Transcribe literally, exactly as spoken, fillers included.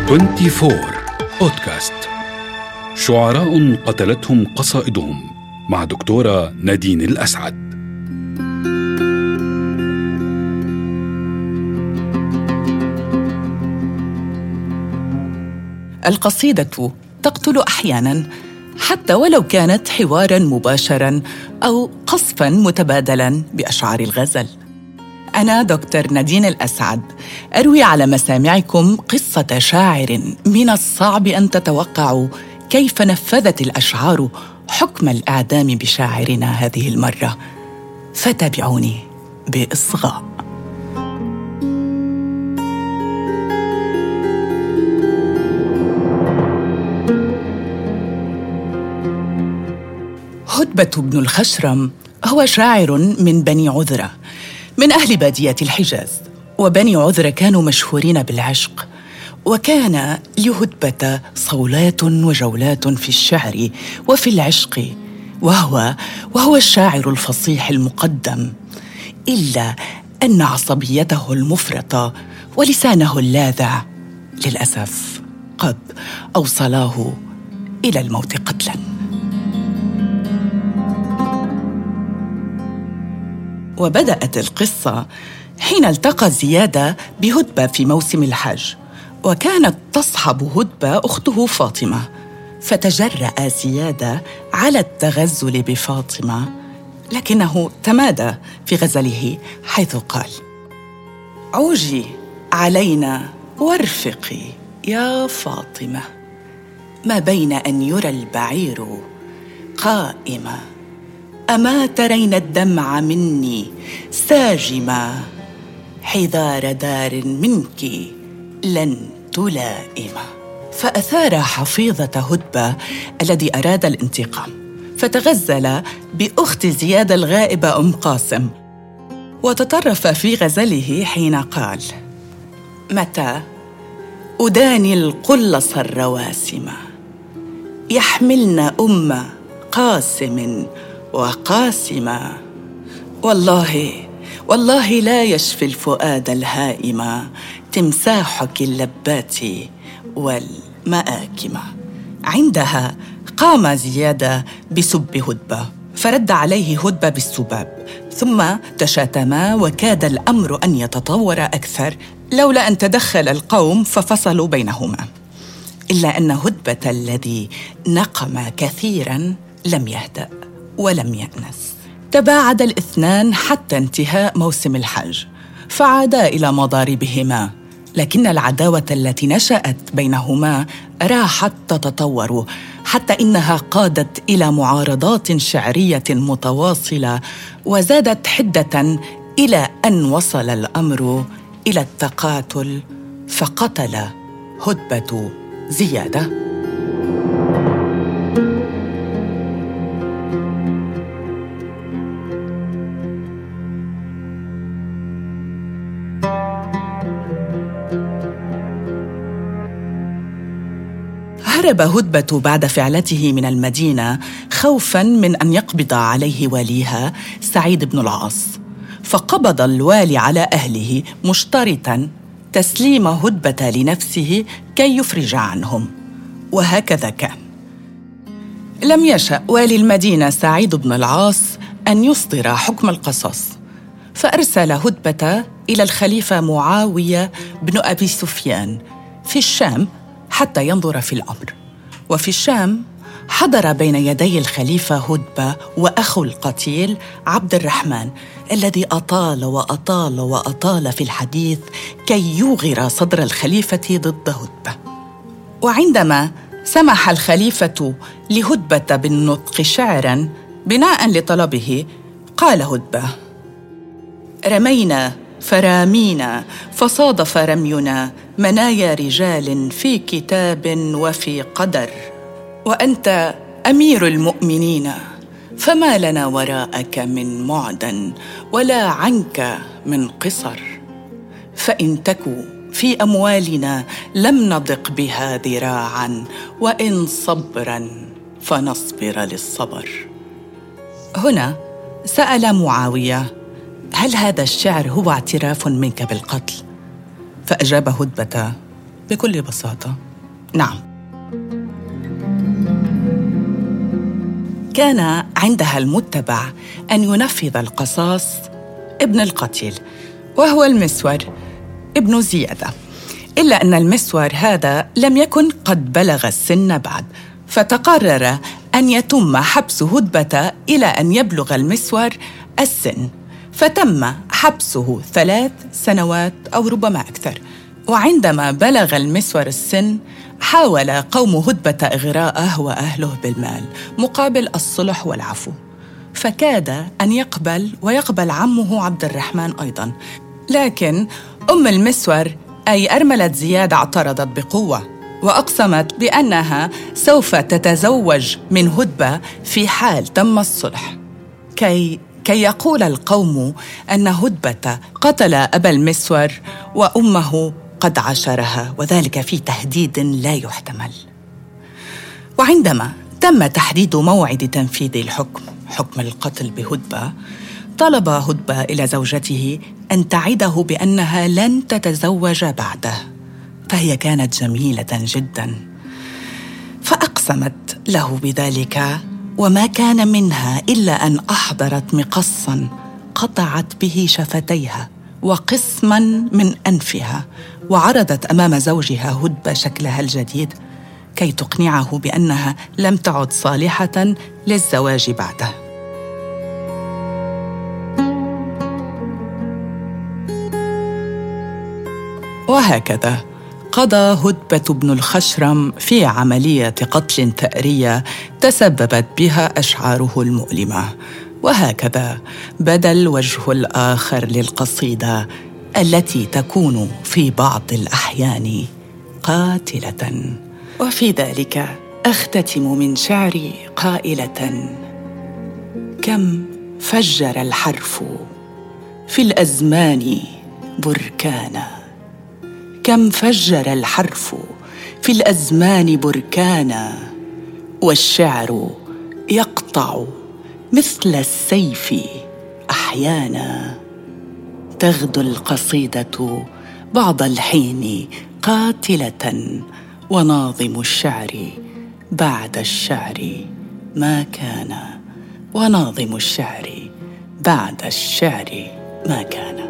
أربعة وعشرين بودكاست. شعراء قتلتهم قصائدهم مع دكتورة نادين الأسعد. القصيدة تقتل أحياناً، حتى ولو كانت حواراً مباشراً أو قصفاً متبادلاً بأشعار الغزل. أنا دكتور نادين الأسعد أروي على مسامعكم قصة شاعر من الصعب أن تتوقعوا كيف نفذت الأشعار حكم الإعدام بشاعرنا هذه المرة، فتابعوني بإصغاء. هدبة بن الخشرم هو شاعر من بني عذرة، من أهل بادية الحجاز. وبني عذرة كانوا مشهورين بالعشق، وكان لهدبة صولات وجولات في الشعر وفي العشق، وهو وهو الشاعر الفصيح المقدم، إلا أن عصبيته المفرطة ولسانه اللاذع للأسف قد أوصلاه إلى الموت قتلاً. وبدأت القصة حين التقى زيادة بهدبة في موسم الحج، وكانت تصحب هدبة أخته فاطمة، فتجرأ زيادة على التغزل بفاطمة، لكنه تمادى في غزله حيث قال: عوجي علينا وارفقي يا فاطمة، ما بين أن يرى البعير قائما، أما ترين الدمع مني ساجما، حذار دار منك لن تلائم. فأثار حفيظة هدبة الذي أراد الانتقام، فتغزل بأخت زيادة الغائبة أم قاسم، وتطرف في غزله حين قال: متى أداني القلص الرواسم، يحملن أم قاسم وقاسما، والله والله لا يشفي الفؤاد الهائم، تمساحك اللبات والمآكم. عندها قام زيادة بسب هدبة، فرد عليه هدبة بالسباب، ثم تشاتما، وكاد الأمر أن يتطور أكثر لولا أن تدخل القوم ففصلوا بينهما. إلا أن هدبة الذي نقم كثيراً لم يهدأ ولم يأنس. تباعد الاثنان حتى انتهاء موسم الحج، فعادا إلى مضاربهما، لكن العداوة التي نشأت بينهما راحت تتطور، حتى إنها قادت إلى معارضات شعرية متواصلة، وزادت حدة إلى أن وصل الأمر إلى التقاتل، فقتل هدبة زيادة. هرب هدبة بعد فعلته من المدينة خوفاً من أن يقبض عليه واليها سعيد بن العاص، فقبض الوالي على أهله مشترطاً تسليم هدبة لنفسه كي يفرج عنهم، وهكذا كان. لم يشأ والي المدينة سعيد بن العاص أن يصدر حكم القصاص، فأرسل هدبة إلى الخليفة معاوية بن أبي سفيان في الشام حتى ينظر في الأمر. وفي الشام حضر بين يدي الخليفة هدبة وأخو القتيل عبد الرحمن، الذي أطال وأطال وأطال في الحديث كي يوغر صدر الخليفة ضد هدبة. وعندما سمح الخليفة لهدبة بالنطق شعراً بناءً لطلبه، قال هدبة: رمينا فرامينا، فصادف رمينا منايا رجال في كتاب وفي قدر، وأنت أمير المؤمنين، فما لنا وراءك من معدن ولا عنك من قصر، فإن تكو في أموالنا لم نضق بها ذراعا، وإن صبرا فنصبر للصبر. هنا سأل معاوية: هل هذا الشعر هو اعتراف منك بالقتل؟ فأجاب هدبة: بكل بساطة. نعم، كان عندها المتبع أن ينفذ القصاص ابن القتيل، وهو المسور ابن زيادة، إلا أن المسور هذا لم يكن قد بلغ السن بعد، فتقرر أن يتم حبس هدبة إلى أن يبلغ المسور السن، فتم حبسه ثلاث سنوات أو ربما أكثر. وعندما بلغ المسور السن حاول قوم هدبة إغراءه وأهله بالمال مقابل الصلح والعفو، فكاد أن يقبل ويقبل عمه عبد الرحمن أيضاً، لكن أم المسور أي أرملة زياد اعترضت بقوة، وأقسمت بأنها سوف تتزوج من هدبة في حال تم الصلح، كي كي يقول القوم أن هدبة قتل أبا المسور وأمه قد عاشرها، وذلك في تهديد لا يحتمل. وعندما تم تحديد موعد تنفيذ الحكم، حكم القتل بهدبة، طلب هدبة إلى زوجته أن تعده بأنها لن تتزوج بعده، فهي كانت جميلة جداً، فأقسمت له بذلك، وما كان منها إلا أن أحضرت مقصاً قطعت به شفتيها وقسماً من أنفها، وعرضت أمام زوجها هدبة شكلها الجديد كي تقنعه بأنها لم تعد صالحة للزواج بعده. وهكذا قضى هدبة بن الخشرم في عملية قتل ثأرية تسببت بها أشعاره المؤلمة. وهكذا بدا الوجه الآخر للقصيدة التي تكون في بعض الأحيان قاتلة. وفي ذلك أختتم من شعري قائلة: كم فجر الحرف في الأزمان بركانا، كم فجر الحرف في الأزمان بركانا، والشعر يقطع مثل السيف أحيانا. تغدو القصيدة بعض الحين قاتلة، وناظم الشعر بعد الشعر ما كان، وناظم الشعر بعد الشعر ما كان.